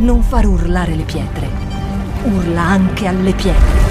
non far urlare le pietre. Urla anche alle pietre.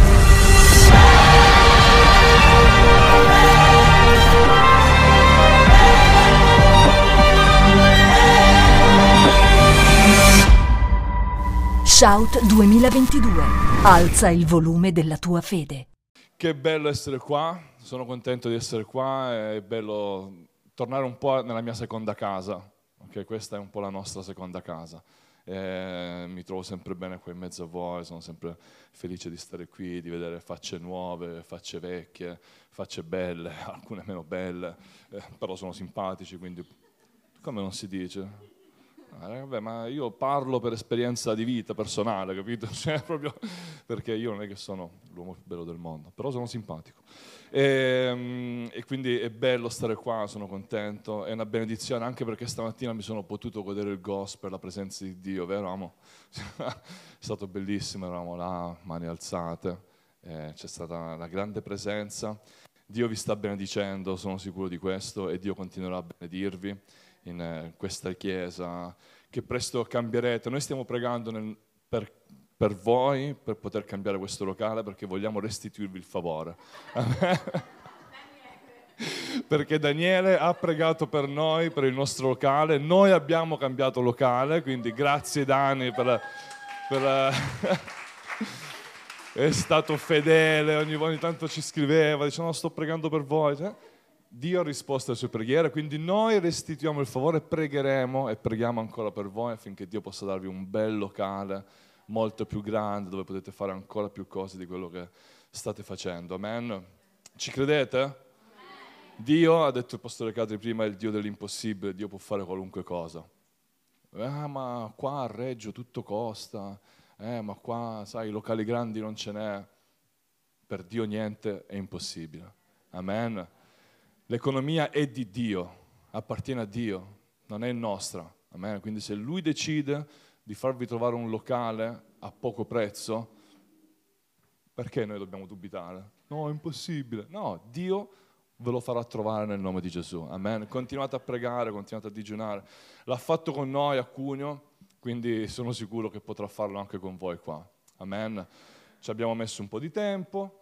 Shout 2022. Alza il volume della tua fede. Che bello essere qua, sono contento di essere qua, è bello tornare un po' nella mia seconda casa, ok? Questa è un po' la nostra seconda casa. Mi trovo sempre bene qua in mezzo a voi, sono sempre felice di stare qui, di vedere facce nuove, facce vecchie, facce belle, alcune meno belle, però sono simpatici, quindi come non si dice? Vabbè, ma io parlo per esperienza di vita personale, capito? Cioè, proprio perché io non è che sono l'uomo più bello del mondo, però sono simpatico. E quindi è bello stare qua, sono contento, è una benedizione anche perché stamattina mi sono potuto godere il gospel, la presenza di Dio, vero amo? È stato bellissimo, eravamo là, mani alzate, c'è stata una grande presenza. Dio vi sta benedicendo, sono sicuro di questo, e Dio continuerà a benedirvi in questa chiesa, che presto cambierete. Noi stiamo pregando per voi, per poter cambiare questo locale, perché vogliamo restituirvi il favore. Perché Daniele ha pregato per noi, per il nostro locale, noi abbiamo cambiato locale, quindi grazie Dani è stato fedele, ogni tanto ci scriveva, diceva no, sto pregando per voi. Dio ha risposto alle sue preghiere, quindi noi restituiamo il favore, pregheremo e preghiamo ancora per voi affinché Dio possa darvi un bel locale molto più grande dove potete fare ancora più cose di quello che state facendo. Amen? Ci credete? Amen. Dio, ha detto il pastore Cadri prima, è il Dio dell'impossibile, Dio può fare qualunque cosa. Ma qua a Reggio tutto costa, ma qua, sai, i locali grandi non ce n'è. Per Dio niente è impossibile. Amen? L'economia è di Dio, appartiene a Dio, non è nostra. Amen? Quindi se Lui decide di farvi trovare un locale a poco prezzo, perché noi dobbiamo dubitare? No, è impossibile. No, Dio ve lo farà trovare nel nome di Gesù. Amen? Continuate a pregare, continuate a digiunare. L'ha fatto con noi a Cuneo, quindi sono sicuro che potrà farlo anche con voi qua. Amen? Ci abbiamo messo un po' di tempo,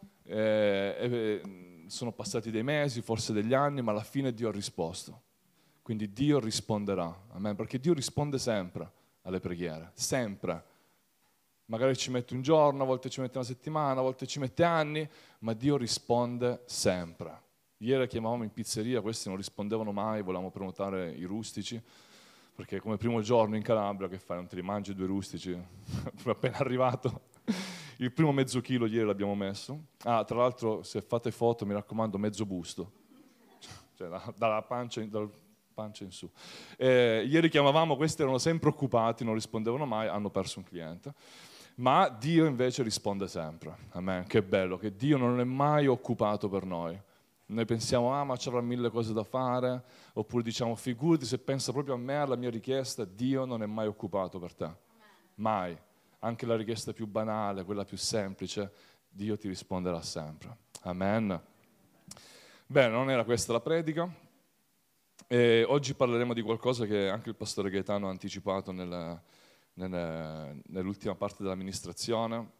sono passati dei mesi, forse degli anni, ma alla fine Dio ha risposto. Quindi Dio risponderà, amen? Perché Dio risponde sempre alle preghiere, sempre. Magari ci mette un giorno, a volte ci mette una settimana, a volte ci mette anni, ma Dio risponde sempre. Ieri chiamavamo in pizzeria, questi non rispondevano mai, volevamo prenotare i rustici, perché come primo giorno in Calabria, che fai? Non te li mangi 2 rustici? Appena arrivato. Il primo mezzo chilo ieri l'abbiamo messo. Ah, tra l'altro, se fate foto, mi raccomando, mezzo busto. Cioè, dal pancia in su. Ieri chiamavamo, questi erano sempre occupati, non rispondevano mai, hanno perso un cliente. Ma Dio invece risponde sempre. Amen. Che bello, che Dio non è mai occupato per noi. Noi pensiamo, ma ci avrà 1000 cose da fare, oppure diciamo, figurati se pensa proprio a me, alla mia richiesta, Dio non è mai occupato per te. Mai. Anche la richiesta più banale, quella più semplice, Dio ti risponderà sempre. Amen. Bene, non era questa la predica. E oggi parleremo di qualcosa che anche il pastore Gaetano ha anticipato nell'ultima parte dell'amministrazione.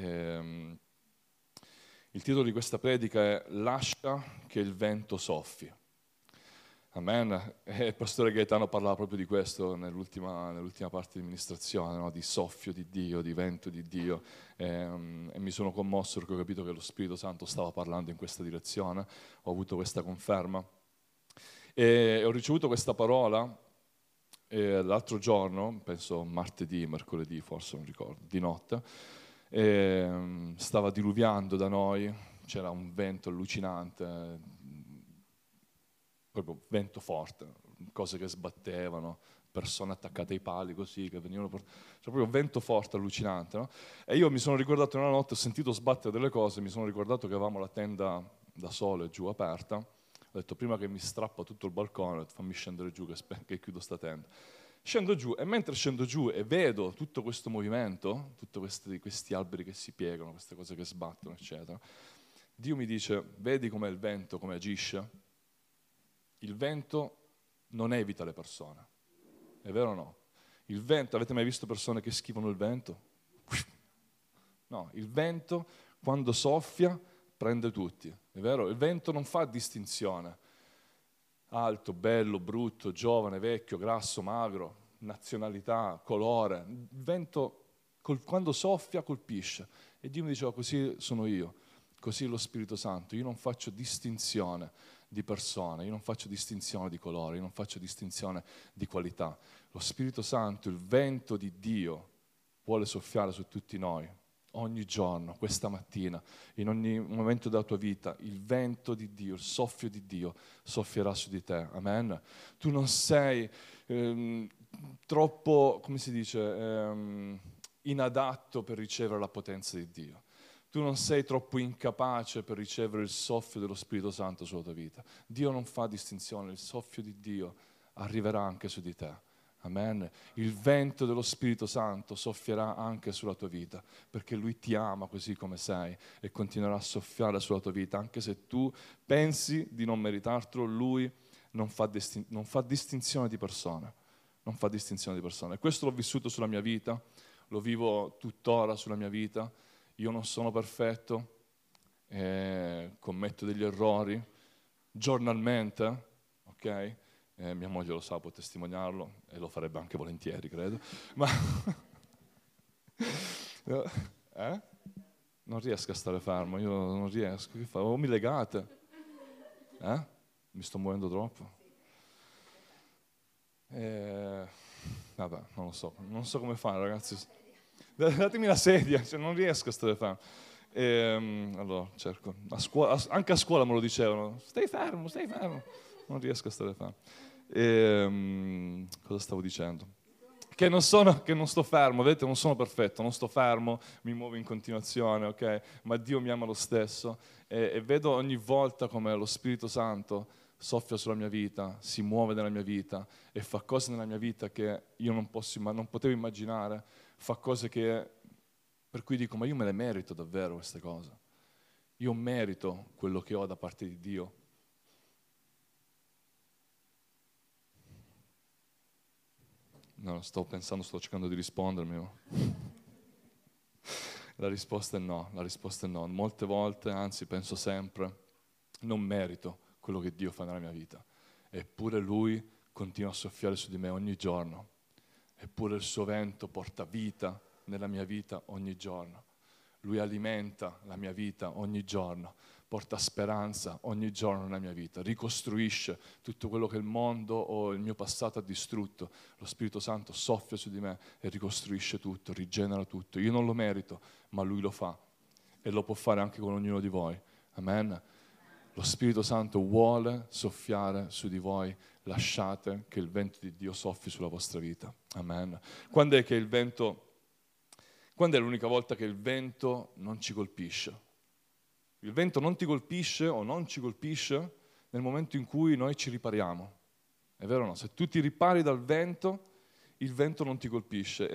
Il titolo di questa predica è Lascia che il vento soffi. Amen. E il pastore Gaetano parlava proprio di questo nell'ultima parte di amministrazione, no? Di soffio di Dio, di vento di Dio. E mi sono commosso perché ho capito che lo Spirito Santo stava parlando in questa direzione. Ho avuto questa conferma. E ho ricevuto questa parola l'altro giorno, penso martedì, mercoledì, forse non ricordo, di notte. Stava diluviando da noi, c'era un vento allucinante, proprio vento forte, cose che sbattevano, persone attaccate ai pali così, che venivano c'era proprio vento forte, allucinante, no? E io mi sono ricordato una notte, ho sentito sbattere delle cose, mi sono ricordato che avevamo la tenda da sole giù aperta, ho detto prima che mi strappa tutto il balcone, ho detto fammi scendere giù che chiudo sta tenda. Scendo giù e mentre scendo giù e vedo tutto questo movimento, tutti questi alberi che si piegano, queste cose che sbattono, eccetera, Dio mi dice, vedi com'è il vento, come agisce? Il vento non evita le persone, è vero o no? Il vento, avete mai visto persone che schivano il vento? No, il vento quando soffia prende tutti, è vero? Il vento non fa distinzione. Alto, bello, brutto, giovane, vecchio, grasso, magro, nazionalità, colore. Il vento quando soffia colpisce. E Dio mi diceva: così sono io, così lo Spirito Santo. Io non faccio distinzione di persone, io non faccio distinzione di colore, io non faccio distinzione di qualità. Lo Spirito Santo, il vento di Dio, vuole soffiare su tutti noi. Ogni giorno, questa mattina, in ogni momento della tua vita, il vento di Dio, il soffio di Dio soffierà su di te. Amen. Tu non sei troppo, come si dice, inadatto per ricevere la potenza di Dio. Tu non sei troppo incapace per ricevere il soffio dello Spirito Santo sulla tua vita. Dio non fa distinzione, il soffio di Dio arriverà anche su di te. Amen. Il vento dello Spirito Santo soffierà anche sulla tua vita, perché Lui ti ama così come sei e continuerà a soffiare sulla tua vita, anche se tu pensi di non meritartelo. Lui non fa distinzione di persone, non fa distinzione di persone. Questo l'ho vissuto sulla mia vita, lo vivo tuttora sulla mia vita. Io non sono perfetto, commetto degli errori giornalmente, ok? Mia moglie lo sa, può testimoniarlo e lo farebbe anche volentieri, credo. Ma non riesco a stare fermo, io non riesco. Che fa? O mi legate? Mi sto muovendo troppo? Vabbè, non lo so, non so come fare, ragazzi. Datemi la sedia, cioè non riesco a stare fermo. Allora, cerco. Anche a scuola me lo dicevano: stai fermo, stai fermo. Non riesco a stare fermo. Cosa stavo dicendo? Che non sto fermo, vedete, non sono perfetto, non sto fermo, mi muovo in continuazione, ok? Ma Dio mi ama lo stesso e vedo ogni volta come lo Spirito Santo soffia sulla mia vita, si muove nella mia vita e fa cose nella mia vita che io non potevo immaginare, fa cose per cui dico: ma io me le merito davvero queste cose? Io merito quello che ho da parte di Dio? No, sto cercando di rispondermi. Ma la risposta è no, la risposta è no. Molte volte, anzi penso sempre, non merito quello che Dio fa nella mia vita. Eppure Lui continua a soffiare su di me ogni giorno. Eppure il suo vento porta vita nella mia vita ogni giorno. Lui alimenta la mia vita ogni giorno, porta speranza ogni giorno nella mia vita, ricostruisce tutto quello che il mondo o il mio passato ha distrutto. Lo Spirito Santo soffia su di me e ricostruisce tutto, rigenera tutto. Io non lo merito, ma Lui lo fa e lo può fare anche con ognuno di voi. Amen. Lo Spirito Santo vuole soffiare su di voi, lasciate che il vento di Dio soffi sulla vostra vita. Amen. Quando è l'unica volta che il vento non ci colpisce? Il vento non ti colpisce o non ci colpisce nel momento in cui noi ci ripariamo. È vero o no? Se tu ti ripari dal vento, il vento non ti colpisce.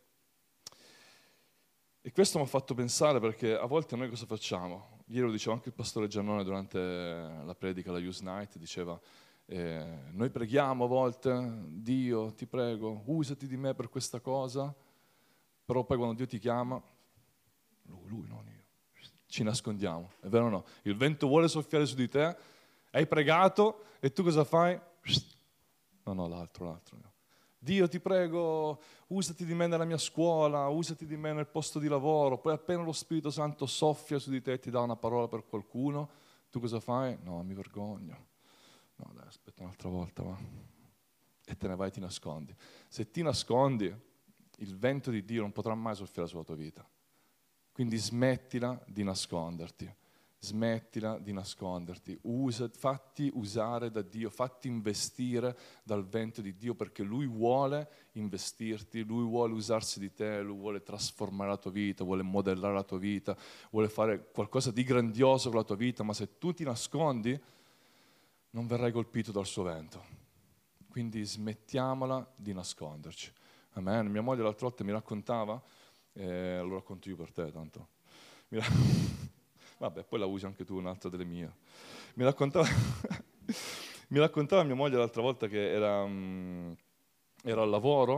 E questo mi ha fatto pensare, perché a volte noi cosa facciamo? Ieri lo diceva anche il pastore Giannone durante la predica, la Youth Night, diceva: noi preghiamo a volte: Dio, ti prego, usati di me per questa cosa. Però poi quando Dio ti chiama, lui non io, ci nascondiamo, è vero o no? Il vento vuole soffiare su di te, hai pregato e tu cosa fai? No, l'altro. Dio, ti prego, usati di me nella mia scuola, usati di me nel posto di lavoro. Poi appena lo Spirito Santo soffia su di te e ti dà una parola per qualcuno, tu cosa fai? No, mi vergogno. No, dai, aspetta un'altra volta, va. E te ne vai e ti nascondi. Se ti nascondi, il vento di Dio non potrà mai soffiare sulla tua vita. Quindi smettila di nasconderti. Smettila di nasconderti. Fatti usare da Dio, fatti investire dal vento di Dio, perché Lui vuole investirti, Lui vuole usarsi di te, Lui vuole trasformare la tua vita, vuole modellare la tua vita, vuole fare qualcosa di grandioso con la tua vita, ma se tu ti nascondi non verrai colpito dal suo vento. Quindi smettiamola di nasconderci. Amen. Mia moglie l'altra volta mi raccontava, lo racconto io per te tanto, vabbè, poi la usi anche tu, un'altra delle mie. Mi raccontava mia moglie l'altra volta che era al lavoro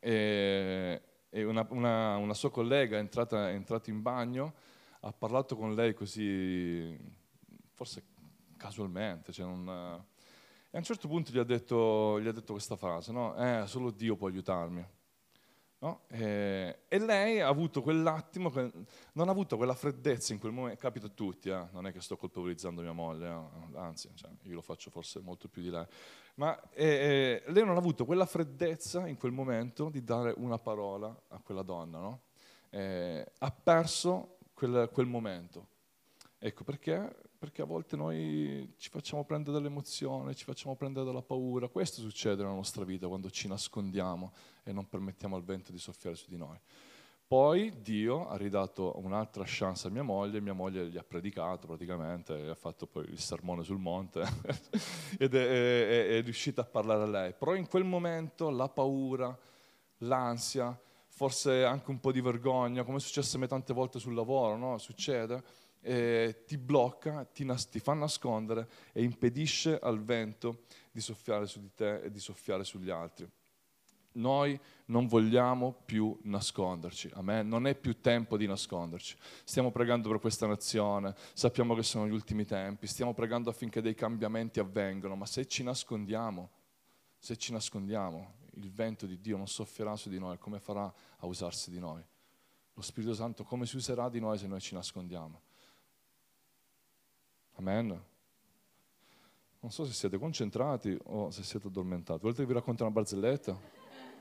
e una sua collega è entrata in bagno, ha parlato con lei così, forse casualmente, cioè e a un certo punto gli ha detto questa frase, no? Solo Dio può aiutarmi. No? E lei ha avuto quell'attimo, non ha avuto quella freddezza in quel momento, capita a tutti, non è che sto colpevolizzando mia moglie, anzi, cioè, io lo faccio forse molto più di lei, ma lei non ha avuto quella freddezza in quel momento di dare una parola a quella donna, no? Ha perso quel momento. Ecco perché? Perché a volte noi ci facciamo prendere dall'emozione, ci facciamo prendere dalla paura. Questo succede nella nostra vita quando ci nascondiamo e non permettiamo al vento di soffiare su di noi. Poi Dio ha ridato un'altra chance a mia moglie gli ha predicato praticamente, ha fatto poi il sermone sul monte ed è riuscita a parlare a lei. Però in quel momento la paura, l'ansia, forse anche un po' di vergogna, come è successo a me tante volte sul lavoro, no? Succede, ti blocca, ti fa nascondere e impedisce al vento di soffiare su di te e di soffiare sugli altri. Noi non vogliamo più nasconderci, amen? Non è più tempo di nasconderci. Stiamo pregando per questa nazione, sappiamo che sono gli ultimi tempi, stiamo pregando affinché dei cambiamenti avvengano, ma se ci nascondiamo, il vento di Dio non soffierà su di noi, come farà a usarsi di noi? Lo Spirito Santo come si userà di noi se noi ci nascondiamo? Amen? Non so se siete concentrati o se siete addormentati. Volete che vi racconti una barzelletta?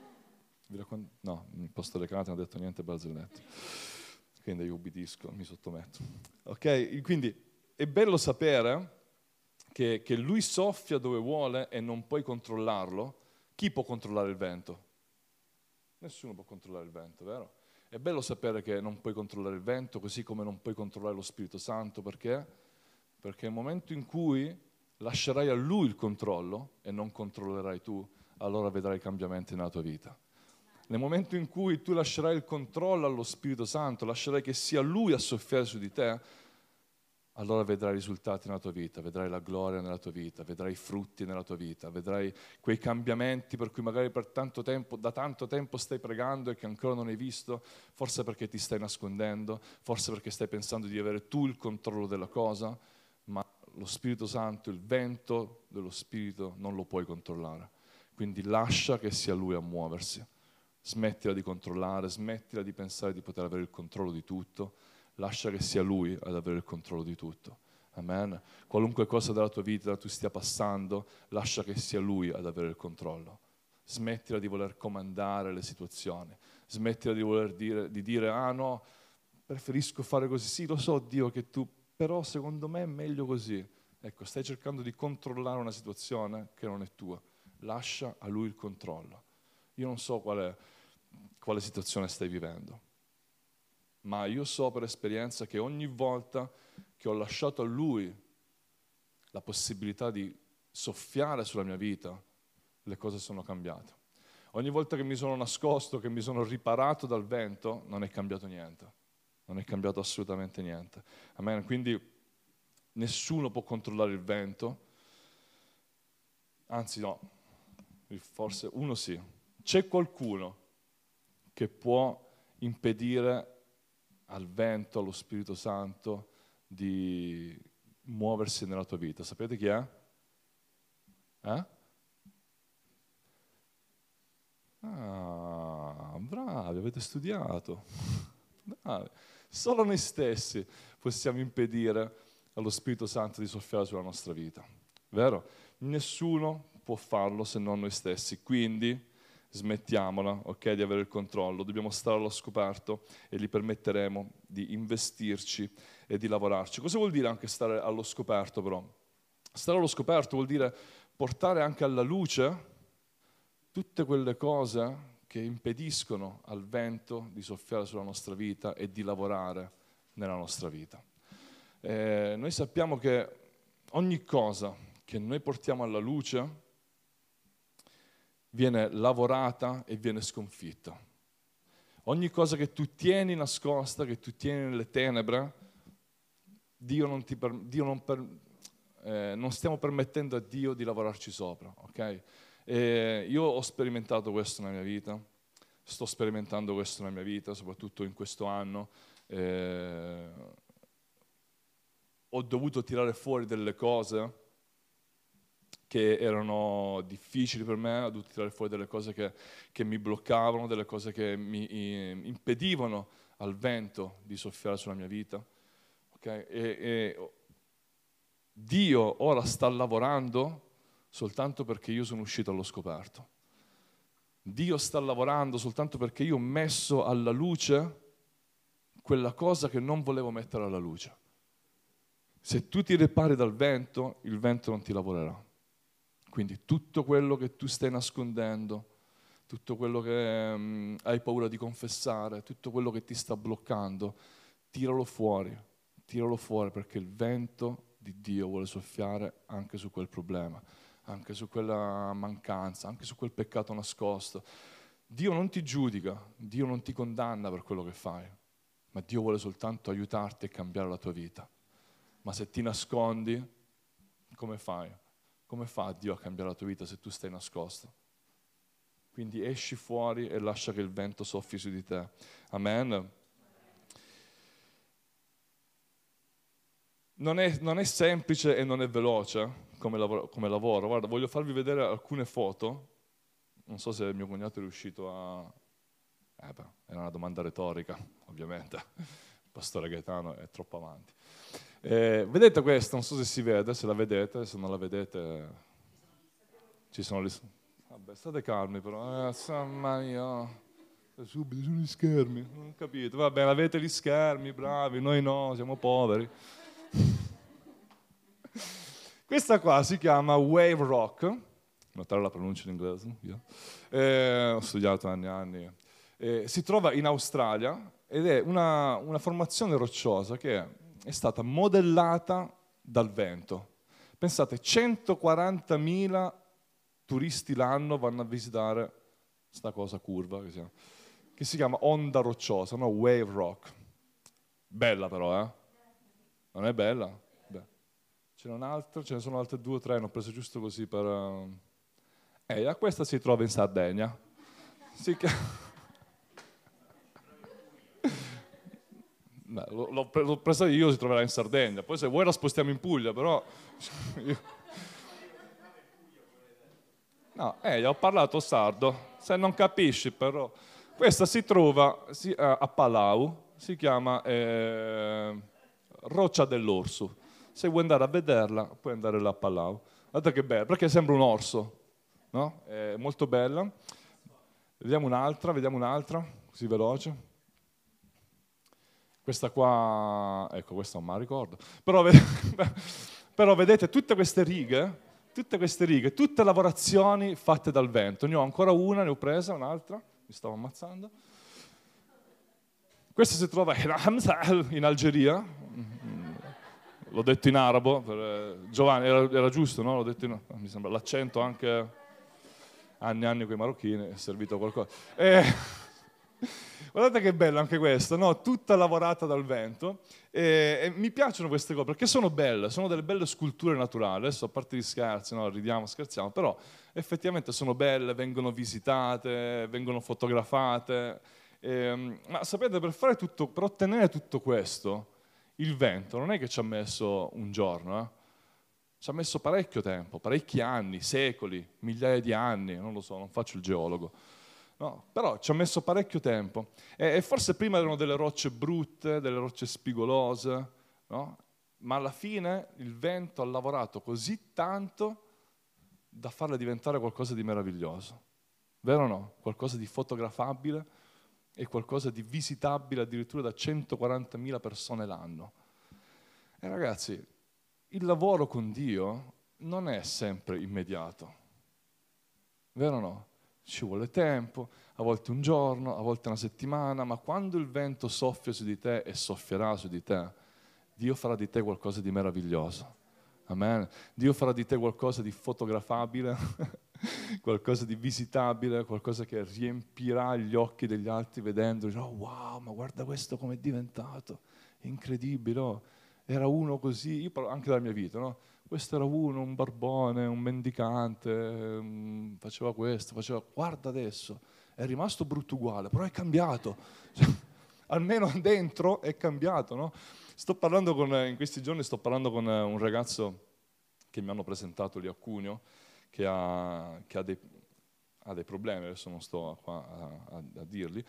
No, il posto delle carte non ha detto niente barzellette. Quindi io ubbidisco, mi sottometto. Ok? Quindi è bello sapere che lui soffia dove vuole e non puoi controllarlo. Chi può controllare il vento? Nessuno può controllare il vento, vero? È bello sapere che non puoi controllare il vento, così come non puoi controllare lo Spirito Santo, perché? Perché nel momento in cui lascerai a Lui il controllo e non controllerai tu, allora vedrai cambiamenti nella tua vita. Nel momento in cui tu lascerai il controllo allo Spirito Santo, lascerai che sia Lui a soffiare su di te, allora vedrai i risultati nella tua vita, vedrai la gloria nella tua vita, vedrai i frutti nella tua vita, vedrai quei cambiamenti per cui magari da tanto tempo stai pregando e che ancora non hai visto, forse perché ti stai nascondendo, forse perché stai pensando di avere tu il controllo della cosa, ma lo Spirito Santo, il vento dello Spirito non lo puoi controllare. Quindi lascia che sia Lui a muoversi. Smettila di controllare, smettila di pensare di poter avere il controllo di tutto, lascia che sia Lui ad avere il controllo di tutto. Amen. Qualunque cosa della tua vita tu stia passando, lascia che sia Lui ad avere il controllo. Smettila di voler comandare le situazioni, smettila di dire ah no, preferisco fare così, sì lo so Dio che tu, però secondo me è meglio così. Ecco, stai cercando di controllare una situazione che non è tua, lascia a Lui il controllo. Io non so quale situazione stai vivendo, ma io so per esperienza che ogni volta che ho lasciato a Lui la possibilità di soffiare sulla mia vita, le cose sono cambiate. Ogni volta che mi sono nascosto, che mi sono riparato dal vento, non è cambiato niente, non è cambiato assolutamente niente. Amen. Quindi nessuno può controllare il vento, anzi no, forse uno sì. C'è qualcuno che può impedire al vento, allo Spirito Santo di muoversi nella tua vita. Sapete chi è? Ah, bravi, avete studiato. Bravi. Solo noi stessi possiamo impedire allo Spirito Santo di soffiare sulla nostra vita, vero? Nessuno può farlo se non noi stessi, quindi smettiamola, ok, di avere il controllo, dobbiamo stare allo scoperto e gli permetteremo di investirci e di lavorarci. Cosa vuol dire anche stare allo scoperto però? Stare allo scoperto vuol dire portare anche alla luce tutte quelle cose che impediscono al vento di soffiare sulla nostra vita e di lavorare nella nostra vita. Noi sappiamo che ogni cosa che noi portiamo alla luce viene lavorata e viene sconfitta. Ogni cosa che tu tieni nascosta, che tu tieni nelle tenebre, non stiamo permettendo a Dio di lavorarci sopra, ok? Io ho sperimentato questo nella mia vita, sto sperimentando questo nella mia vita, soprattutto in questo anno. Ho dovuto tirare fuori delle cose che erano difficili per me, ho dovuto tirare fuori delle cose che mi bloccavano, delle cose che mi impedivano al vento di soffiare sulla mia vita. Okay? E Dio ora sta lavorando soltanto perché io sono uscito allo scoperto. Dio sta lavorando soltanto perché io ho messo alla luce quella cosa che non volevo mettere alla luce. Se tu ti ripari dal vento, il vento non ti lavorerà. Quindi tutto quello che tu stai nascondendo, tutto quello che hai paura di confessare, tutto quello che ti sta bloccando, tiralo fuori perché il vento di Dio vuole soffiare anche su quel problema, anche su quella mancanza, anche su quel peccato nascosto. Dio non ti giudica, Dio non ti condanna per quello che fai, ma Dio vuole soltanto aiutarti a cambiare la tua vita. Ma se ti nascondi, come fai? Come fa Dio a cambiare la tua vita se tu stai nascosto? Quindi esci fuori e lascia che il vento soffi su di te. Amen. Non è semplice e non è veloce come lavoro. Guarda, voglio farvi vedere alcune foto. Non so se mio cognato è riuscito a... era una domanda retorica, ovviamente. Il pastore Gaetano è troppo avanti. Vedete questa? Non so se si vede, se la vedete, se non la vedete ci sono vabbè, state calmi però, mamma mia, subito sono gli schermi, non ho capito, va bene, avete gli schermi, bravi, noi no, siamo poveri. Questa qua si chiama Wave Rock, notare la pronuncia in inglese, ho studiato anni e anni, si trova in Australia ed è una formazione rocciosa che è stata modellata dal vento. Pensate, 140.000 turisti l'anno vanno a visitare questa cosa curva che si chiama onda rocciosa, no? Wave rock. Bella però, eh? Non è bella? Beh. Ce ne sono altre 2 o 3, ne ho preso giusto così per... questa si trova in Sardegna. Beh, l'ho presa io, si troverà in Sardegna. Poi se vuoi la spostiamo in Puglia, però... No, gli ho parlato sardo, se non capisci però. Questa si trova a Palau, si chiama Roccia dell'Orso. Se vuoi andare a vederla, puoi andare là a Palau. Guarda che bella, perché sembra un orso, no? È molto bella. Vediamo un'altra, così veloce. Questa qua, ecco, questa non me la ricordo. Però vedete tutte queste righe, tutte lavorazioni fatte dal vento. Ne ho ancora una, ne ho presa un'altra, mi stavo ammazzando. Questa si trova in Algeria, l'ho detto in arabo, Giovanni, era giusto, no? L'ho detto mi sembra, l'accento anche anni e anni con i marocchini, è servito a qualcosa. Guardate che bella anche questa, no? Tutta lavorata dal vento. E mi piacciono queste cose perché sono belle, sono delle belle sculture naturali. Adesso, a parte gli scherzi, no? Ridiamo, scherziamo, però effettivamente sono belle, vengono visitate, vengono fotografate. Ma sapete, per ottenere tutto questo, il vento non è che ci ha messo un giorno, ci ha messo parecchio tempo, parecchi anni, secoli, migliaia di anni, non lo so, non faccio il geologo. No, però ci ha messo parecchio tempo e forse prima erano delle rocce brutte, delle rocce spigolose, no? Ma alla fine il vento ha lavorato così tanto da farle diventare qualcosa di meraviglioso, vero o no? Qualcosa di fotografabile e qualcosa di visitabile addirittura da 140.000 persone l'anno. E ragazzi, il lavoro con Dio non è sempre immediato, vero o no? Ci vuole tempo, a volte un giorno, a volte una settimana, ma quando il vento soffia su di te e soffierà su di te, Dio farà di te qualcosa di meraviglioso. Amen. Dio farà di te qualcosa di fotografabile, qualcosa di visitabile, qualcosa che riempirà gli occhi degli altri vedendo, oh wow, ma guarda questo come è diventato, è incredibile, oh. Era uno così, io parlo anche della mia vita, no? Questo era uno, un barbone, un mendicante, faceva questo, guarda adesso, è rimasto brutto uguale, però è cambiato. Cioè, almeno dentro è cambiato, no? In questi giorni sto parlando con un ragazzo che mi hanno presentato lì a Cuneo, che ha dei problemi, adesso non sto qua a dirli.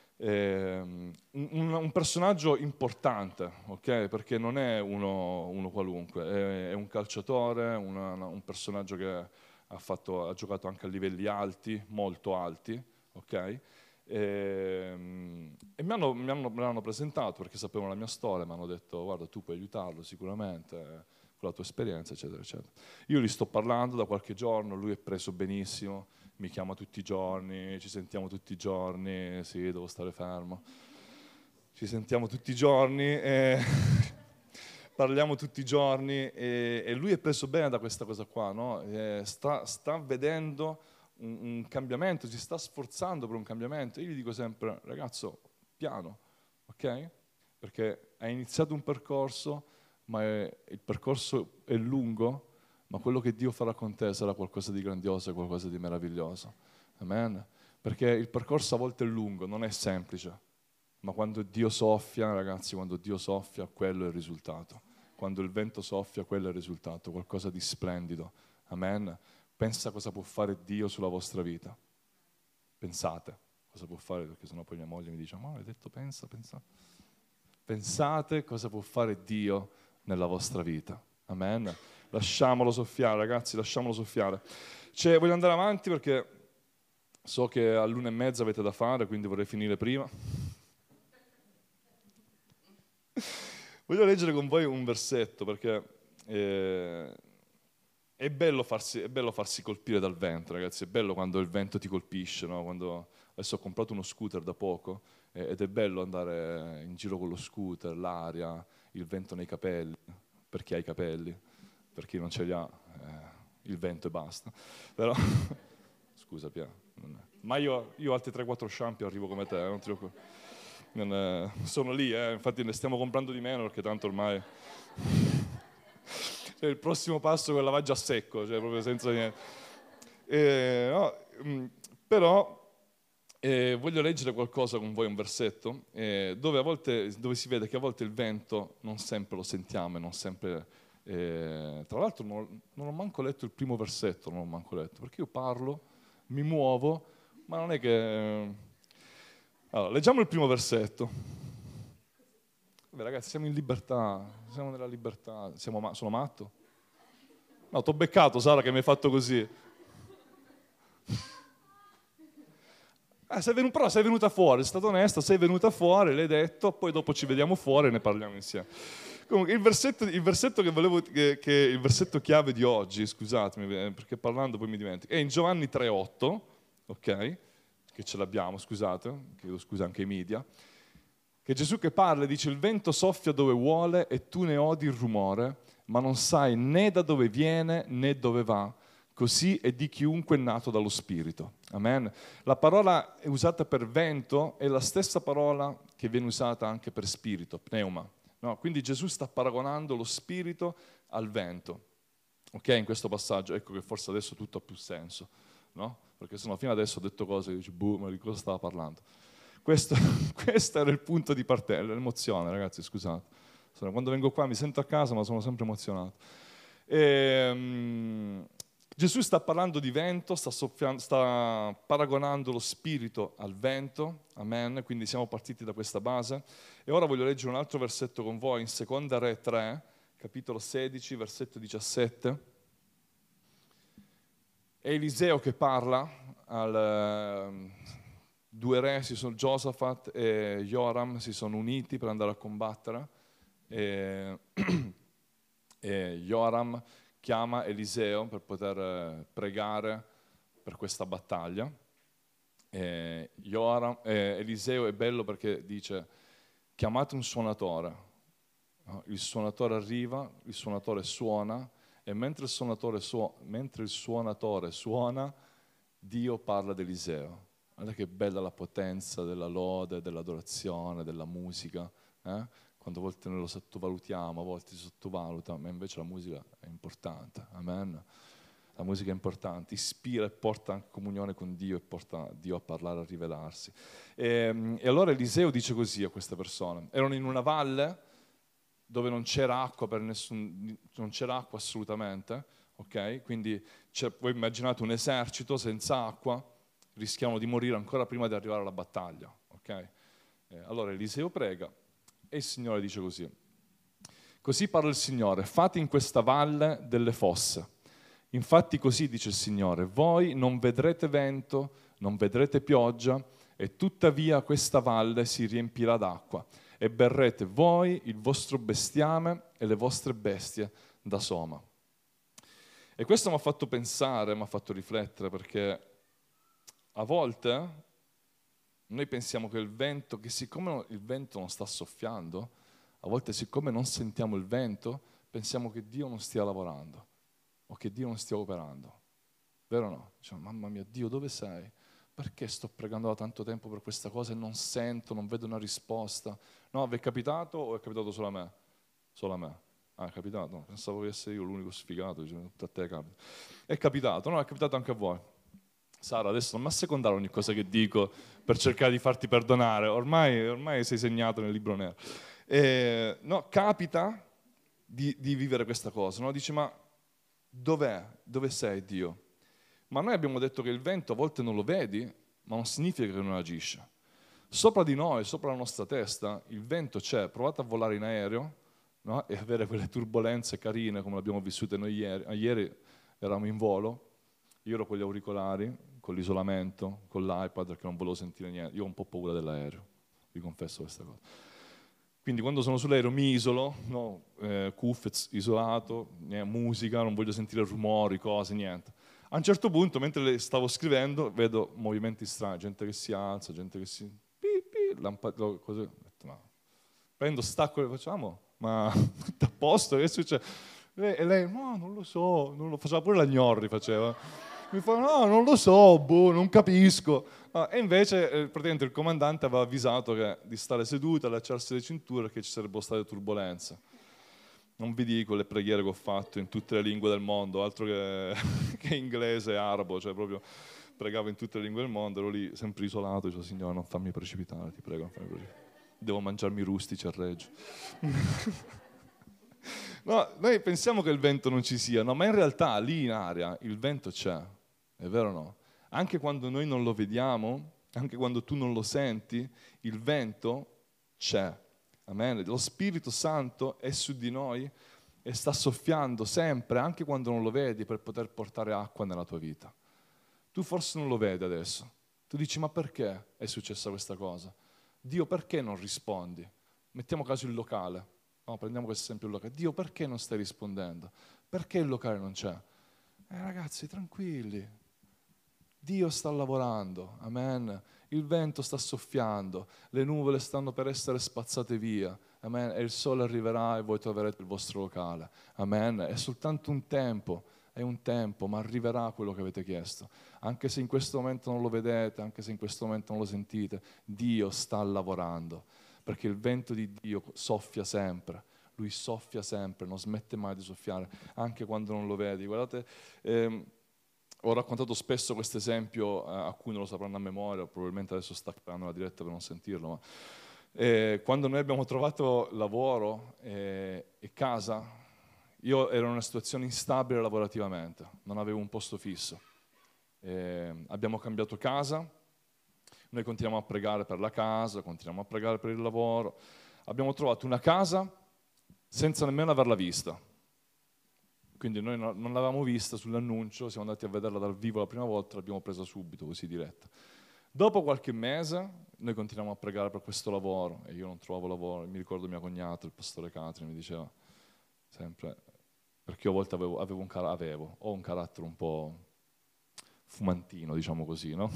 Un personaggio importante, ok? Perché non è uno qualunque, è un calciatore, un personaggio che ha giocato anche a livelli alti, molto alti, ok? E me l'hanno presentato perché sapevano la mia storia, mi hanno detto guarda tu puoi aiutarlo sicuramente con la tua esperienza eccetera eccetera. Io gli sto parlando da qualche giorno, lui è preso benissimo, mi chiama tutti i giorni, ci sentiamo tutti i giorni, sì devo stare fermo, ci sentiamo tutti i giorni e parliamo tutti i giorni e lui è preso bene da questa cosa qua, no? Sta vedendo un cambiamento, si sta sforzando per un cambiamento. Io gli dico sempre, ragazzo, piano, ok? Perché hai iniziato un percorso, ma il percorso è lungo, ma quello che Dio farà con te sarà qualcosa di grandioso e qualcosa di meraviglioso. Amen? Perché il percorso a volte è lungo, non è semplice, ma quando Dio soffia, ragazzi, quando Dio soffia, quello è il risultato. Quando il vento soffia, quello è il risultato, qualcosa di splendido. Amen? Pensa cosa può fare Dio sulla vostra vita. Pensate cosa può fare, perché sennò poi mia moglie mi dice, ma hai detto pensa. Pensate cosa può fare Dio nella vostra vita. Amen. Lasciamolo soffiare, ragazzi, lasciamolo soffiare. Voglio andare avanti perché so che all'1:30 avete da fare, quindi vorrei finire prima. Voglio leggere con voi un versetto perché è bello farsi colpire dal vento, ragazzi, è bello quando il vento ti colpisce, no? Adesso ho comprato uno scooter da poco ed è bello andare in giro con lo scooter, l'aria, il vento nei capelli, per chi ha i capelli, per chi non ce li ha, il vento e basta. Però, scusa Pia, ma io altri 3-4 shampoo arrivo come te, non ti preoccupare. Sono lì, infatti ne stiamo comprando di meno perché tanto ormai... Cioè, il prossimo passo è il lavaggio a secco, cioè proprio senza niente. Però voglio leggere qualcosa con voi, un versetto, dove si vede che a volte il vento non sempre lo sentiamo e non sempre... tra l'altro non ho manco letto il primo versetto, non ho manco letto, perché io parlo, mi muovo, ma non è che... Allora, leggiamo il primo versetto. Beh, ragazzi, siamo in libertà, siamo nella libertà. Sono matto? No, t'ho beccato, Sara, che mi hai fatto così. Però sei venuta fuori, sei stata onesta, sei venuta fuori, l'hai detto, poi dopo ci vediamo fuori e ne parliamo insieme. Comunque, il versetto che volevo, che il versetto chiave di oggi, scusatemi, perché parlando poi mi dimentico, è in Giovanni 3,8, ok? Che ce l'abbiamo, scusate, chiedo scusa anche ai media. Che Gesù che parla dice il vento soffia dove vuole e tu ne odi il rumore, ma non sai né da dove viene né dove va. Così è di chiunque è nato dallo Spirito. Amen. La parola usata per vento è la stessa parola che viene usata anche per spirito, pneuma. No? Quindi Gesù sta paragonando lo spirito al vento. Ok, in questo passaggio, ecco che forse adesso tutto ha più senso, no? Perché sennò fino adesso ho detto cose che dici, boh, ma di cosa stava parlando? Questo era il punto di partenza, l'emozione, ragazzi, scusate. Quando vengo qua mi sento a casa, ma sono sempre emozionato. Gesù sta parlando di vento, sta paragonando lo spirito al vento, amen, quindi siamo partiti da questa base. E ora voglio leggere un altro versetto con voi, in Seconda Re 3, capitolo 16, versetto 17. È Eliseo che parla due re, Giosafat e Joram, si sono uniti per andare a combattere e Joram chiama Eliseo per poter pregare per questa battaglia. Eliseo è bello perché dice chiamate un suonatore. Il suonatore arriva, il suonatore suona e mentre il suonatore suona, Dio parla ad Eliseo. Guarda che bella la potenza della lode, dell'adorazione, della musica. Quando a volte noi lo sottovalutiamo, a volte si sottovaluta, ma invece la musica è importante. Amen. La musica è importante, ispira e porta anche comunione con Dio e porta Dio a parlare, a rivelarsi. E allora Eliseo dice così a queste persone. Erano in una valle dove non c'era acqua non c'era acqua assolutamente, ok? Quindi voi immaginate un esercito senza acqua, rischiamo di morire ancora prima di arrivare alla battaglia, ok? Allora Eliseo prega e il Signore dice così. Così parla il Signore, fate in questa valle delle fosse. Infatti così dice il Signore, voi non vedrete vento, non vedrete pioggia, e tuttavia questa valle si riempirà d'acqua, e berrete voi, il vostro bestiame e le vostre bestie da soma. E questo mi ha fatto pensare, mi ha fatto riflettere, perché a volte noi pensiamo che siccome il vento non sta soffiando, a volte siccome non sentiamo il vento, pensiamo che Dio non stia lavorando o che Dio non stia operando. Vero o no? Diciamo, mamma mia, Dio dove sei? Perché sto pregando da tanto tempo per questa cosa e non sento, non vedo una risposta? No, vi è capitato o è capitato solo a me? Solo a me. Ah, è capitato? No, pensavo di essere io l'unico sfigato, diciamo, a te capita. È capitato, no? È capitato anche a voi. Sara, adesso non mi assecondare ogni cosa che dico per cercare di farti perdonare, ormai sei segnato nel libro nero. No, capita di vivere questa cosa, no? Dici, ma dov'è? Dove sei Dio? Ma noi abbiamo detto che il vento a volte non lo vedi, ma non significa che non agisce. Sopra di noi, sopra la nostra testa, il vento c'è. Provate a volare in aereo, no? E avere quelle turbolenze carine come l'abbiamo vissute noi ieri. Ieri eravamo in volo, io ero con gli auricolari, con l'isolamento, con l'iPad, perché non volevo sentire niente. Io ho un po' paura dell'aereo, vi confesso questa cosa. Quindi quando sono sull'aereo mi isolo, no? Cuffie, isolato, musica, non voglio sentire rumori, cose, niente. A un certo punto, mentre le stavo scrivendo, vedo movimenti strani, gente che si alza, gente che si... così. Ho detto, ma... Prendo, stacco e facciamo, ma tutto a posto, che succede? E lei, no, non lo so, faceva pure la gnorri, faceva. Mi fa, no, non lo so, boh, non capisco. E invece praticamente il comandante aveva avvisato di stare seduta, allacciarsi le cinture, perché ci sarebbero state turbulenze. Non vi dico le preghiere che ho fatto in tutte le lingue del mondo, altro che inglese e arabo, cioè proprio pregavo in tutte le lingue del mondo, ero lì sempre isolato, dicevo, Signore, non fammi precipitare, ti prego, non fammi precipitare. Devo mangiarmi i rustici a Reggio. No, noi pensiamo che il vento non ci sia, no, ma in realtà lì in aria il vento c'è, è vero o no? Anche quando noi non lo vediamo, anche quando tu non lo senti, il vento c'è. Amen. Lo Spirito Santo è su di noi e sta soffiando sempre, anche quando non lo vedi, per poter portare acqua nella tua vita. Tu forse non lo vedi adesso. Tu dici, ma perché è successa questa cosa? Dio, perché non rispondi? Mettiamo caso il locale. No, prendiamo questo esempio il locale. Dio, perché non stai rispondendo? Perché il locale non c'è? Ragazzi, tranquilli. Dio sta lavorando, amen. Il vento sta soffiando, le nuvole stanno per essere spazzate via, amen. E il sole arriverà e voi troverete il vostro locale, amen. È soltanto un tempo, ma arriverà quello che avete chiesto. Anche se in questo momento non lo vedete, anche se in questo momento non lo sentite, Dio sta lavorando, perché il vento di Dio soffia sempre. Lui soffia sempre, non smette mai di soffiare, anche quando non lo vedi. Guardate, ho raccontato spesso questo esempio, alcuni lo sapranno a memoria, probabilmente adesso staccheranno la diretta per non sentirlo, ma quando noi abbiamo trovato lavoro e casa, io ero in una situazione instabile lavorativamente, non avevo un posto fisso. Abbiamo cambiato casa, noi continuiamo a pregare per la casa, continuiamo a pregare per il lavoro. Abbiamo trovato una casa senza nemmeno averla vista. Quindi noi non l'avevamo vista sull'annuncio, siamo andati a vederla dal vivo la prima volta, l'abbiamo presa subito, così diretta. Dopo qualche mese noi continuiamo a pregare per questo lavoro e io non trovavo lavoro. Mi ricordo mia cognata, il pastore Catri, mi diceva sempre, perché io a volte ho un carattere un po' fumantino, diciamo così, no?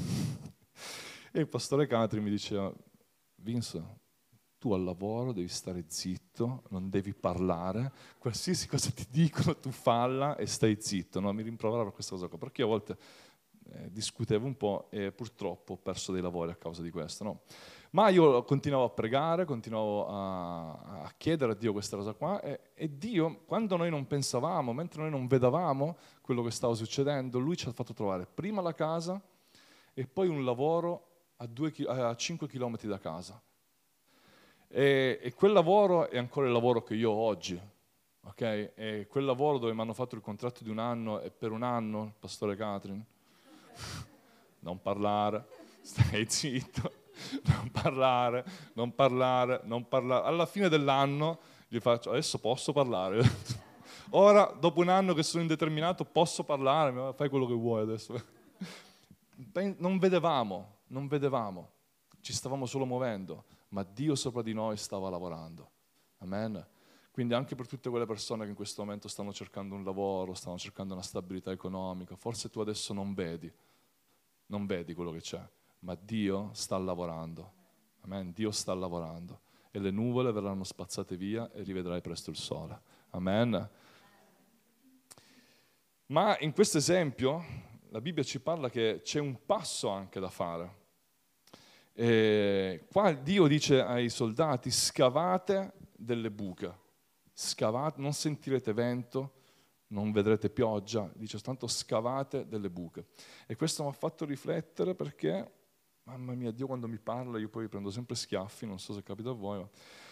E il pastore Catri mi diceva, Vince, tu al lavoro devi stare zitto, non devi parlare, qualsiasi cosa ti dicono tu falla e stai zitto, no? Mi rimproverava per questa cosa qua, perché io a volte discutevo un po' e purtroppo ho perso dei lavori a causa di questo, no? Ma io continuavo a pregare, continuavo a chiedere a Dio questa cosa qua e Dio, quando noi non pensavamo, mentre noi non vedevamo quello che stava succedendo, Lui ci ha fatto trovare prima la casa e poi un lavoro a 5 chilometri da casa. E quel lavoro è ancora il lavoro che io ho oggi, ok? E quel lavoro dove mi hanno fatto il contratto di 1 anno e per 1 anno, il pastore Catherine, non parlare, stai zitto, non parlare, non parlare, non parlare. Alla fine dell'anno gli faccio, adesso posso parlare. Ora, dopo 1 anno che sono indeterminato, posso parlare, fai quello che vuoi adesso. Non vedevamo, ci stavamo solo muovendo, ma Dio sopra di noi stava lavorando. Amen. Quindi anche per tutte quelle persone che in questo momento stanno cercando un lavoro, stanno cercando una stabilità economica, forse tu adesso non vedi quello che c'è, ma Dio sta lavorando. Amen. Dio sta lavorando e le nuvole verranno spazzate via e rivedrai presto il sole. Amen. Ma in questo esempio la Bibbia ci parla che c'è un passo anche da fare. E qua Dio dice ai soldati: scavate delle buche, scavate, non sentirete vento, non vedrete pioggia, dice tanto scavate delle buche. E questo mi ha fatto riflettere perché, mamma mia, Dio quando mi parla io poi prendo sempre schiaffi, non so se capita a voi,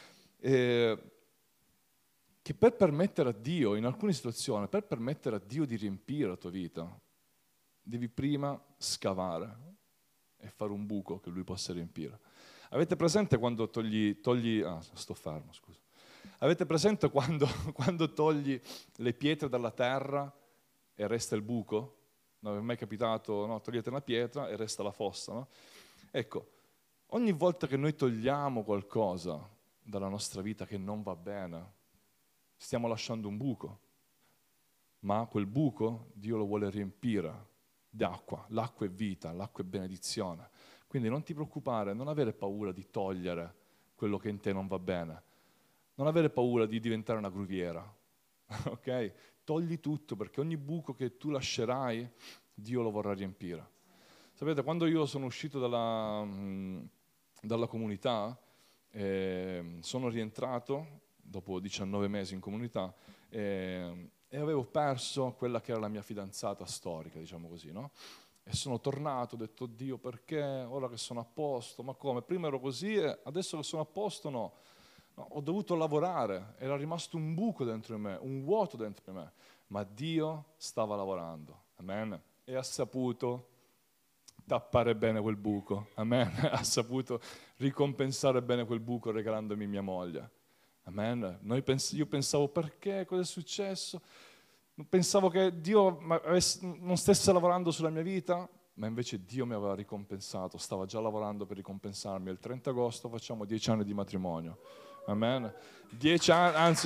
che per permettere a Dio, in alcune situazioni, per permettere a Dio di riempire la tua vita, devi prima scavare e fare un buco che Lui possa riempire. Avete presente quando sto fermo, scusa. Avete presente quando togli le pietre dalla terra e resta il buco? Non vi è mai capitato? No? Togliete una pietra e resta la fossa, no? Ecco, ogni volta che noi togliamo qualcosa dalla nostra vita che non va bene, stiamo lasciando un buco, ma quel buco Dio lo vuole riempire d'acqua. L'acqua è vita, l'acqua è benedizione. Quindi non ti preoccupare, non avere paura di togliere quello che in te non va bene, non avere paura di diventare una gruviera, ok? Togli tutto, perché ogni buco che tu lascerai, Dio lo vorrà riempire. Sapete, quando io sono uscito dalla comunità, sono rientrato dopo 19 mesi in comunità e avevo perso quella che era la mia fidanzata storica, diciamo così, no? E sono tornato, ho detto: Dio, perché ora che sono a posto? Ma come? Prima ero così e adesso che sono a posto no. No, ho dovuto lavorare, era rimasto un buco dentro di me, un vuoto dentro di me, ma Dio stava lavorando, amen? E ha saputo tappare bene quel buco, amen? Ha saputo ricompensare bene quel buco regalandomi mia moglie, amen? Io pensavo: perché? Cosa è successo? Pensavo che Dio non stesse lavorando sulla mia vita, ma invece Dio mi aveva ricompensato, stava già lavorando per ricompensarmi. Il 30 agosto facciamo 10 anni di matrimonio. Amen. 10 anni, anzi,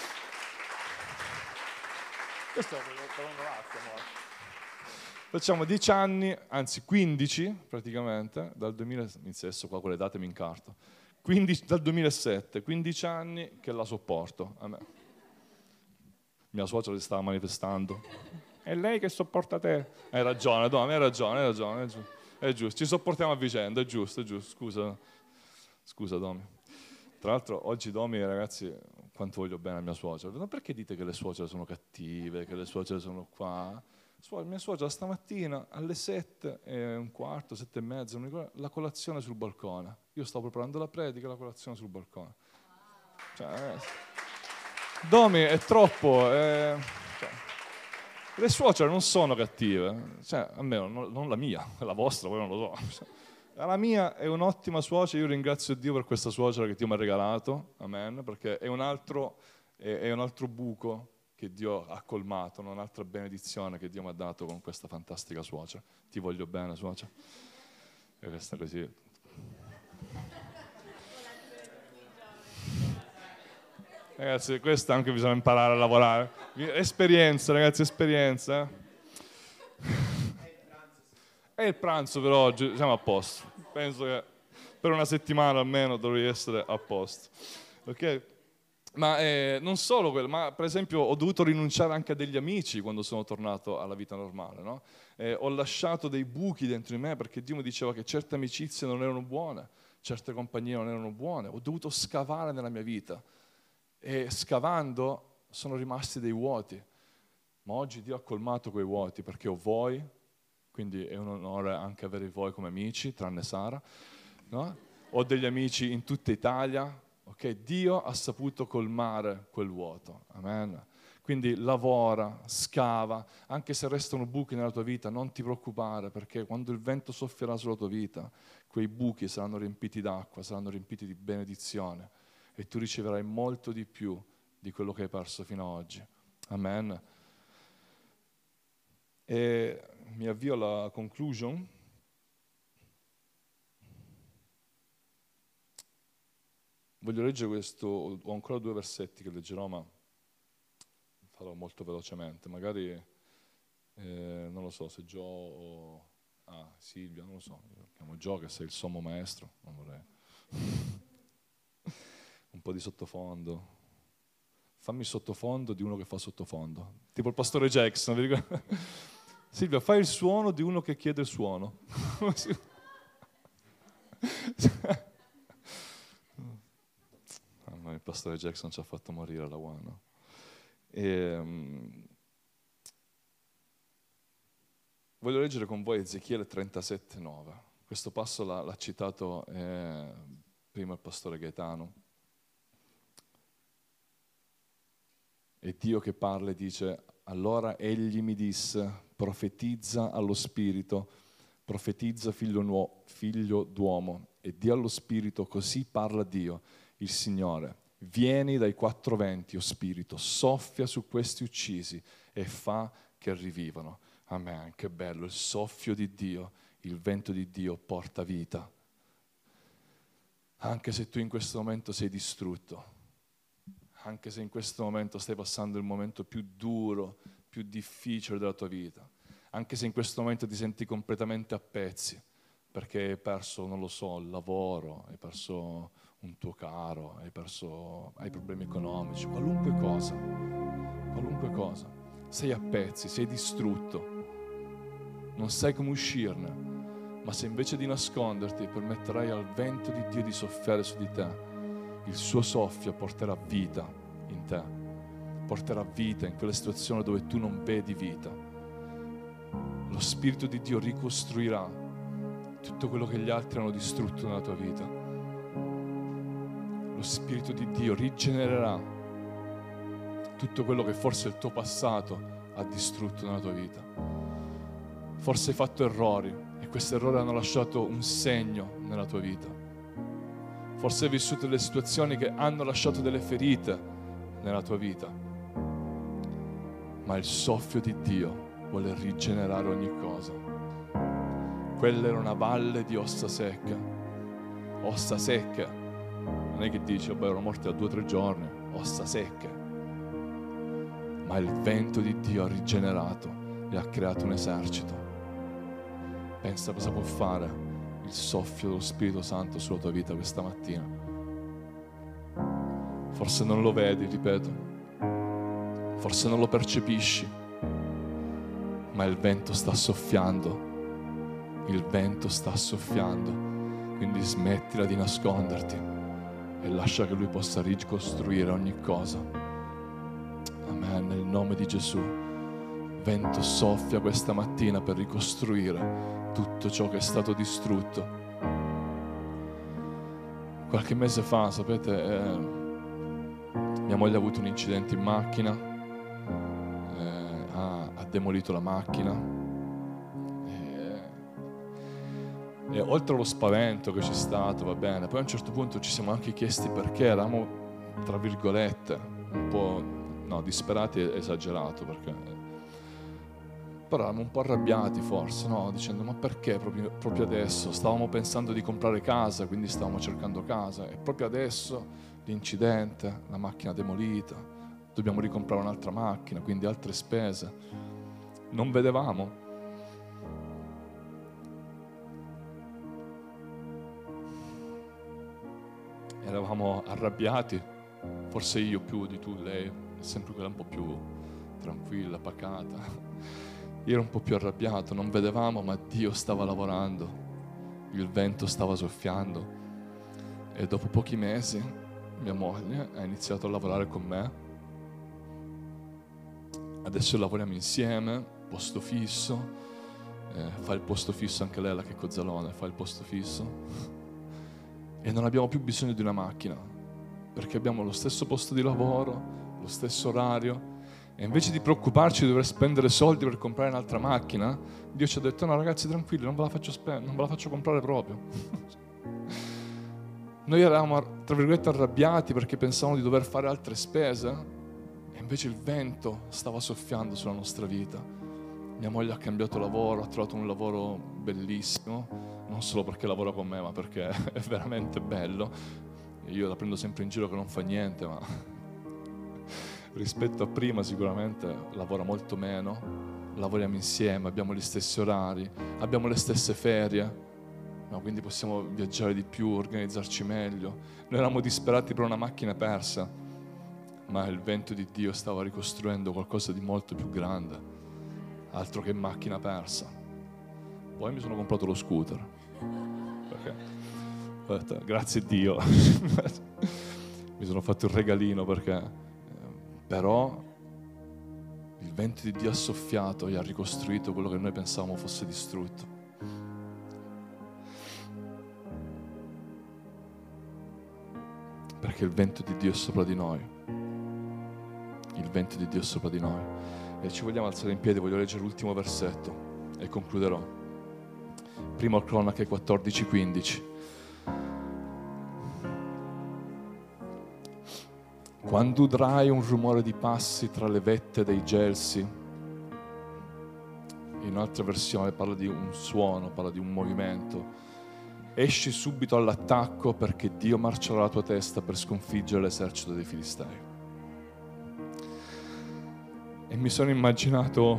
questo è per un ragazzo, amore. Facciamo 10 anni, anzi 15 praticamente, dal 2000, inizio adesso qua con le date mi incarto, dal 2007, 15 anni che la sopporto. Amen. Mia suocera si stava manifestando. È lei che sopporta te. Hai ragione, Domi, hai ragione, è giusto. Ci sopportiamo a vicenda, è giusto. Scusa, Domi. Tra l'altro oggi, Domi, ragazzi, quanto voglio bene a mia suocera. Ma perché dite che le suocere sono cattive, che le suocere sono qua? Mia suocera stamattina alle 7:15, 7:30, non ricordo, la colazione sul balcone. Io stavo preparando la predica, la colazione sul balcone. Cioè, Domi è troppo. Cioè, le suocere non sono cattive, cioè, almeno non la mia, la vostra, poi non lo so. La mia è un'ottima suocera, io ringrazio Dio per questa suocera che Dio mi ha regalato, amen, perché è un altro buco che Dio ha colmato, un'altra benedizione che Dio mi ha dato con questa fantastica suocera. Ti voglio bene, suocera. E questa così. Ragazzi, questo anche bisogna imparare a lavorare. Esperienza, ragazzi, esperienza. È il pranzo per oggi, siamo a posto. Penso che per una settimana almeno dovrei essere a posto. Ok? Ma non solo quello, ma per esempio ho dovuto rinunciare anche a degli amici quando sono tornato alla vita normale, no? Ho lasciato dei buchi dentro di me perché Dio mi diceva che certe amicizie non erano buone, certe compagnie non erano buone. Ho dovuto scavare nella mia vita e scavando sono rimasti dei vuoti. Ma oggi Dio ha colmato quei vuoti perché ho voi, quindi è un onore anche avere voi come amici, tranne Sara, no? Ho degli amici in tutta Italia, ok? Dio ha saputo colmare quel vuoto, amen. Quindi lavora, scava, anche se restano buchi nella tua vita, non ti preoccupare, perché quando il vento soffierà sulla tua vita, quei buchi saranno riempiti d'acqua, saranno riempiti di benedizione e tu riceverai molto di più di quello che hai perso fino ad oggi. Amen. E mi avvio alla conclusion. Voglio leggere questo, ho ancora 2 versetti che leggerò, ma farò molto velocemente. Magari, non lo so, se Gio o Silvia, non lo so, io chiamo Gio che sei il sommo maestro, non vorrei. Un po' di sottofondo. Fammi sottofondo di uno che fa sottofondo. Tipo il pastore Jackson, vi ricordo? Silvia, fai il suono di uno che chiede il suono. Il pastore Jackson ci ha fatto morire la One. Voglio leggere con voi Ezechiele 37,9. Questo passo l'ha citato prima il pastore Gaetano. E Dio che parla e dice: allora egli mi disse, profetizza allo spirito, profetizza figlio d'uomo, e di allo spirito, così parla Dio, il Signore. Vieni dai 4 venti, o spirito, soffia su questi uccisi e fa che rivivano. Amen, che bello, il soffio di Dio, il vento di Dio porta vita. Anche se tu in questo momento sei distrutto, anche se in questo momento stai passando il momento più duro, più difficile della tua vita, anche se in questo momento ti senti completamente a pezzi, perché hai perso, non lo so, il lavoro, hai perso un tuo caro, hai problemi economici, qualunque cosa, sei a pezzi, sei distrutto, non sai come uscirne, ma se invece di nasconderti permetterai al vento di Dio di soffiare su di te, il suo soffio porterà vita in te, porterà vita in quelle situazioni dove tu non vedi vita. Lo Spirito di Dio ricostruirà tutto quello che gli altri hanno distrutto nella tua vita. Lo Spirito di Dio rigenererà tutto quello che forse il tuo passato ha distrutto nella tua vita. Forse hai fatto errori e questi errori hanno lasciato un segno nella tua vita. Forse hai vissuto delle situazioni che hanno lasciato delle ferite nella tua vita. Ma il soffio di Dio vuole rigenerare ogni cosa. Quella era una valle di ossa secche. Ossa secche. Non è che dici, vabbè, erano morti da 2 o 3 giorni. Ossa secche. Ma il vento di Dio ha rigenerato e ha creato un esercito. Pensa cosa può fare il soffio dello Spirito Santo sulla tua vita questa mattina. Forse non lo vedi, ripeto, forse non lo percepisci, ma il vento sta soffiando, quindi smettila di nasconderti e lascia che Lui possa ricostruire ogni cosa. Amen, nel nome di Gesù. Vento, soffia questa mattina per ricostruire tutto ciò che è stato distrutto. Qualche mese fa, sapete, mia moglie ha avuto un incidente in macchina, ha demolito la macchina e oltre allo spavento che c'è stato, va bene, poi a un certo punto ci siamo anche chiesti perché, eravamo tra virgolette un po', no, disperati è esagerato, perché però eravamo un po' arrabbiati forse, no? Dicendo, ma perché proprio adesso? Stavamo pensando di comprare casa, quindi stavamo cercando casa, e proprio adesso l'incidente, la macchina demolita, dobbiamo ricomprare un'altra macchina, quindi altre spese. Non vedevamo. Eravamo arrabbiati, forse io più di tu, lei è sempre quella un po' più tranquilla, pacata. Io ero un po' più arrabbiato, non vedevamo, ma Dio stava lavorando, il vento stava soffiando e dopo pochi mesi mia moglie ha iniziato a lavorare con me. Adesso lavoriamo insieme, posto fisso, fa il posto fisso anche lei, la che Cozzalone, fa il posto fisso e non abbiamo più bisogno di una macchina perché abbiamo lo stesso posto di lavoro, lo stesso orario. E invece di preoccuparci di dover spendere soldi per comprare un'altra macchina, Dio ci ha detto: no ragazzi, tranquilli, non ve la faccio comprare proprio. Noi eravamo, tra virgolette, arrabbiati perché pensavamo di dover fare altre spese e invece il vento stava soffiando sulla nostra vita. Mia moglie ha cambiato lavoro, ha trovato un lavoro bellissimo, non solo perché lavora con me, ma perché è veramente bello. Io la prendo sempre in giro che non fa niente, ma rispetto a prima sicuramente lavora molto meno, lavoriamo insieme, abbiamo gli stessi orari, abbiamo le stesse ferie, no? Quindi possiamo viaggiare di più, organizzarci meglio. Noi eravamo disperati per una macchina persa, ma il vento di Dio stava ricostruendo qualcosa di molto più grande, altro che macchina persa. Poi mi sono comprato lo scooter, perché grazie a Dio mi sono fatto il regalino, perché però il vento di Dio ha soffiato e ha ricostruito quello che noi pensavamo fosse distrutto. Perché il vento di Dio è sopra di noi. Il vento di Dio è sopra di noi. E ci vogliamo alzare in piedi, voglio leggere l'ultimo versetto e concluderò. Primo Cronache 14:15. Quando udrai un rumore di passi tra le vette dei gelsi, in un'altra versione parla di un suono, parla di un movimento, esci subito all'attacco perché Dio marcerà la tua testa per sconfiggere l'esercito dei Filistei. E mi sono immaginato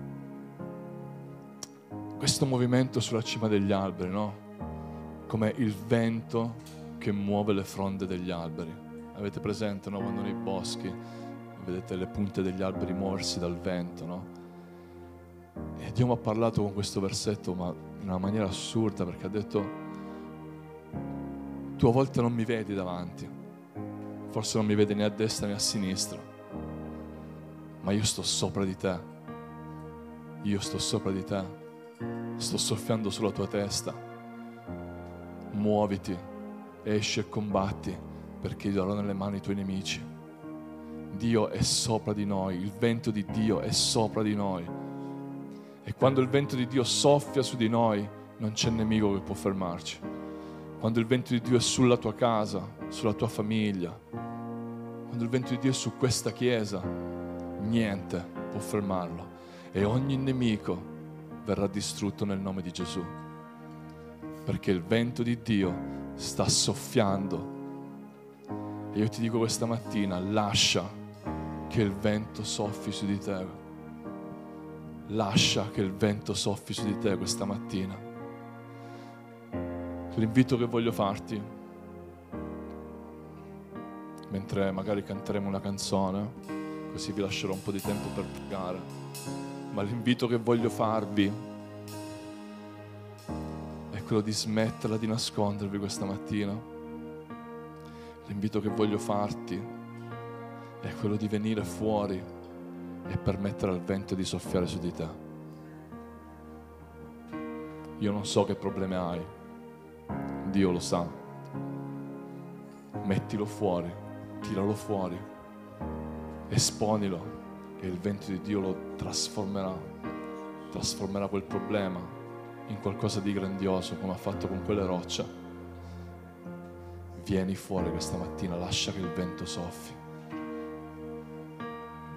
questo movimento sulla cima degli alberi, no? Come il vento che muove le fronde degli alberi. Avete presente, no? Quando nei boschi vedete le punte degli alberi muoversi dal vento, no? E Dio mi ha parlato con questo versetto, ma in una maniera assurda, perché ha detto: tu a volte non mi vedi davanti, forse non mi vedi né a destra né a sinistra, ma io sto sopra di te, io sto sopra di te, sto soffiando sulla tua testa. Muoviti, esci e combatti, perché io darò nelle mani i tuoi nemici. Dio è sopra di noi, il vento di Dio è sopra di noi. E quando il vento di Dio soffia su di noi, non c'è nemico che può fermarci. Quando il vento di Dio è sulla tua casa, sulla tua famiglia, quando il vento di Dio è su questa chiesa, niente può fermarlo. E ogni nemico verrà distrutto nel nome di Gesù. Perché il vento di Dio sta soffiando. E io ti dico questa mattina, lascia che il vento soffi su di te. Lascia che il vento soffi su di te questa mattina. L'invito che voglio farti, mentre magari canteremo una canzone, così vi lascerò un po' di tempo per pregare, ma l'invito che voglio farvi è quello di smetterla di nascondervi questa mattina. L'invito che voglio farti è quello di venire fuori e permettere al vento di soffiare su di te. Io non so che problemi hai, Dio lo sa. Mettilo fuori, tiralo fuori, esponilo e il vento di Dio lo trasformerà quel problema in qualcosa di grandioso, come ha fatto con quelle rocce. Vieni fuori questa mattina, lascia che il vento soffi.